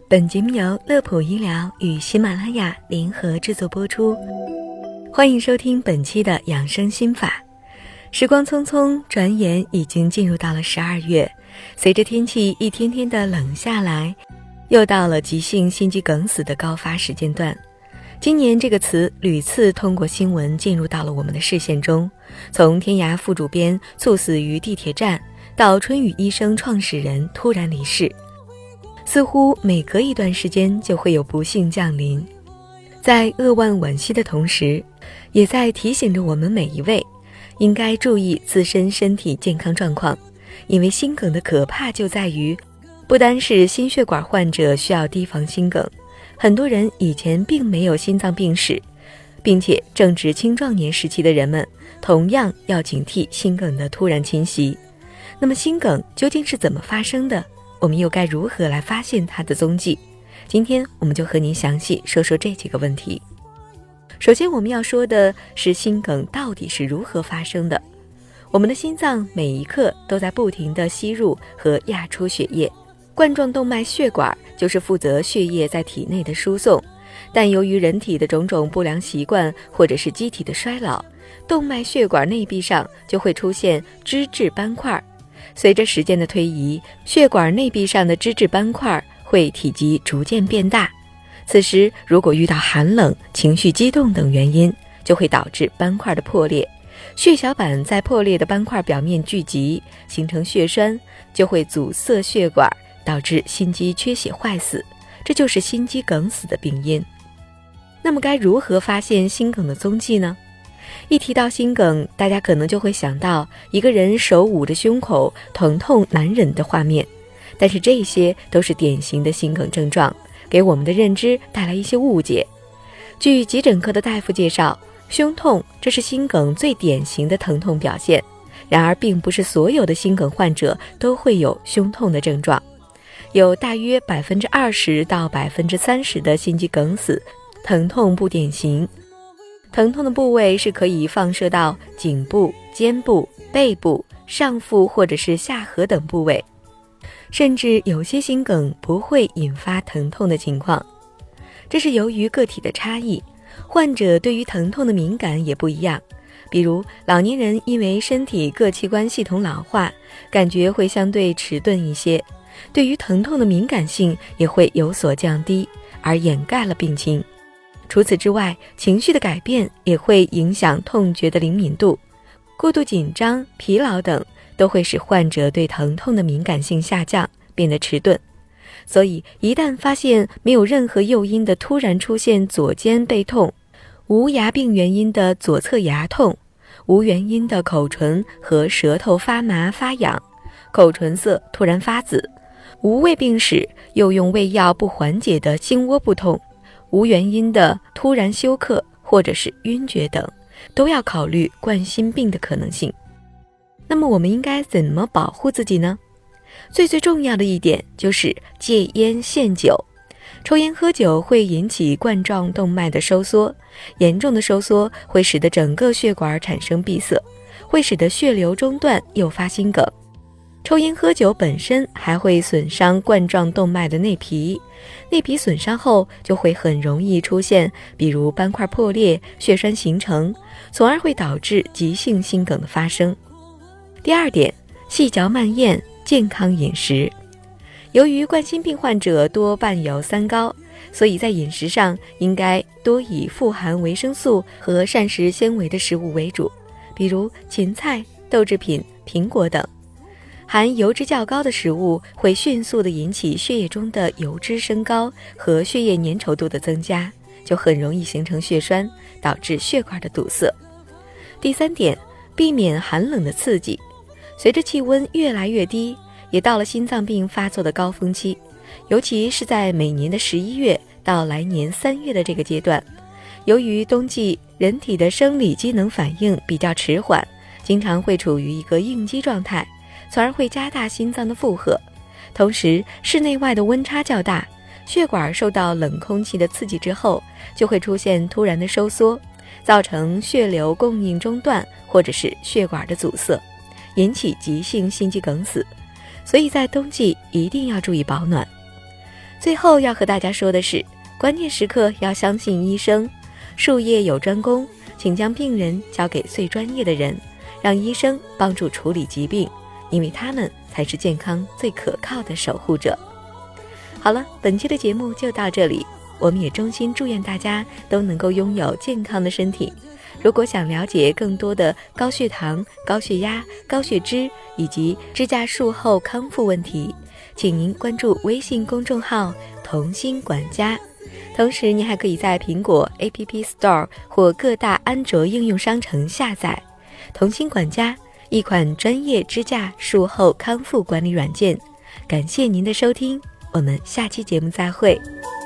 本节目由乐普医疗与喜马拉雅联合制作播出，欢迎收听本期的养生心法。时光匆匆，转眼已经进入到了12月，随着天气一天天的冷下来，又到了急性心肌梗死的高发时间段。今年这个词屡次通过新闻进入到了我们的视线中，从天涯副主编猝死于地铁站，到春雨医生创始人突然离世，似乎每隔一段时间就会有不幸降临。在扼腕惋惜的同时，也在提醒着我们每一位应该注意自身身体健康状况。因为心梗的可怕就在于，不单是心血管患者需要提防心梗，很多人以前并没有心脏病史，并且正值青壮年时期的人们同样要警惕心梗的突然侵袭。那么心梗究竟是怎么发生的？我们又该如何来发现它的踪迹？今天我们就和您详细说说这几个问题。首先我们要说的是心梗到底是如何发生的。我们的心脏每一刻都在不停地吸入和压出血液，冠状动脉血管就是负责血液在体内的输送，但由于人体的种种不良习惯或者是机体的衰老，动脉血管内壁上就会出现脂质斑块。随着时间的推移，血管内壁上的脂质斑块会体积逐渐变大，此时如果遇到寒冷、情绪激动等原因，就会导致斑块的破裂。血小板在破裂的斑块表面聚集，形成血栓，就会阻塞血管，导致心肌缺血坏死，这就是心肌梗死的病因。那么该如何发现心梗的踪迹呢？一提到心梗，大家可能就会想到一个人手捂着胸口，疼痛难忍的画面，但是这些都是典型的心梗症状，给我们的认知带来一些误解。据急诊科的大夫介绍，胸痛这是心梗最典型的疼痛表现，然而并不是所有的心梗患者都会有胸痛的症状，有大约20%到30%的心肌梗死疼痛不典型。疼痛的部位是可以放射到颈部、肩部、背部、上腹或者是下颌等部位，甚至有些心梗不会引发疼痛的情况。这是由于个体的差异，患者对于疼痛的敏感也不一样。比如老年人因为身体各器官系统老化，感觉会相对迟钝一些，对于疼痛的敏感性也会有所降低，而掩盖了病情。除此之外，情绪的改变也会影响痛觉的灵敏度，过度紧张、疲劳等都会使患者对疼痛的敏感性下降，变得迟钝。所以一旦发现没有任何诱因的突然出现左肩背痛，无牙病原因的左侧牙痛，无原因的口唇和舌头发麻发痒，口唇色突然发紫，无胃病史又用胃药不缓解的心窝部痛，无原因的突然休克或者是晕厥等，都要考虑冠心病的可能性。那么我们应该怎么保护自己呢？最重要的一点就是戒烟限酒。抽烟喝酒会引起冠状动脉的收缩，严重的收缩会使得整个血管产生闭塞，会使得血流中断，诱发心梗。抽烟喝酒本身还会损伤冠状动脉的内皮，内皮损伤后就会很容易出现比如斑块破裂、血栓形成，从而会导致急性心梗的发生。第二点，细嚼慢咽，健康饮食。由于冠心病患者多伴有三高，所以在饮食上应该多以富含维生素和膳食纤维的食物为主，比如芹菜、豆制品、苹果等。含油脂较高的食物会迅速地引起血液中的油脂升高和血液粘稠度的增加，就很容易形成血栓，导致血管的堵塞。第三点，避免寒冷的刺激。随着气温越来越低，也到了心脏病发作的高峰期，尤其是在每年的11月到来年3月的这个阶段，由于冬季人体的生理机能反应比较迟缓，经常会处于一个应激状态，从而会加大心脏的负荷。同时室内外的温差较大，血管受到冷空气的刺激之后，就会出现突然的收缩，造成血流供应中断或者是血管的阻塞，引起急性心肌梗死。所以在冬季一定要注意保暖。 最后要和大家说的是，关键时刻要相信医生，术业有专攻，请将病人交给最专业的人，让医生帮助处理疾病，因为他们才是健康最可靠的守护者。好了，本期的节目就到这里，我们也衷心祝愿大家都能够拥有健康的身体。如果想了解更多的高血糖、高血压、高血脂以及支架术后康复问题，请您关注微信公众号同心管家，同时您还可以在苹果 App Store 或各大安卓应用商城下载同心管家，一款专业支架术后康复管理软件。感谢您的收听，我们下期节目再会。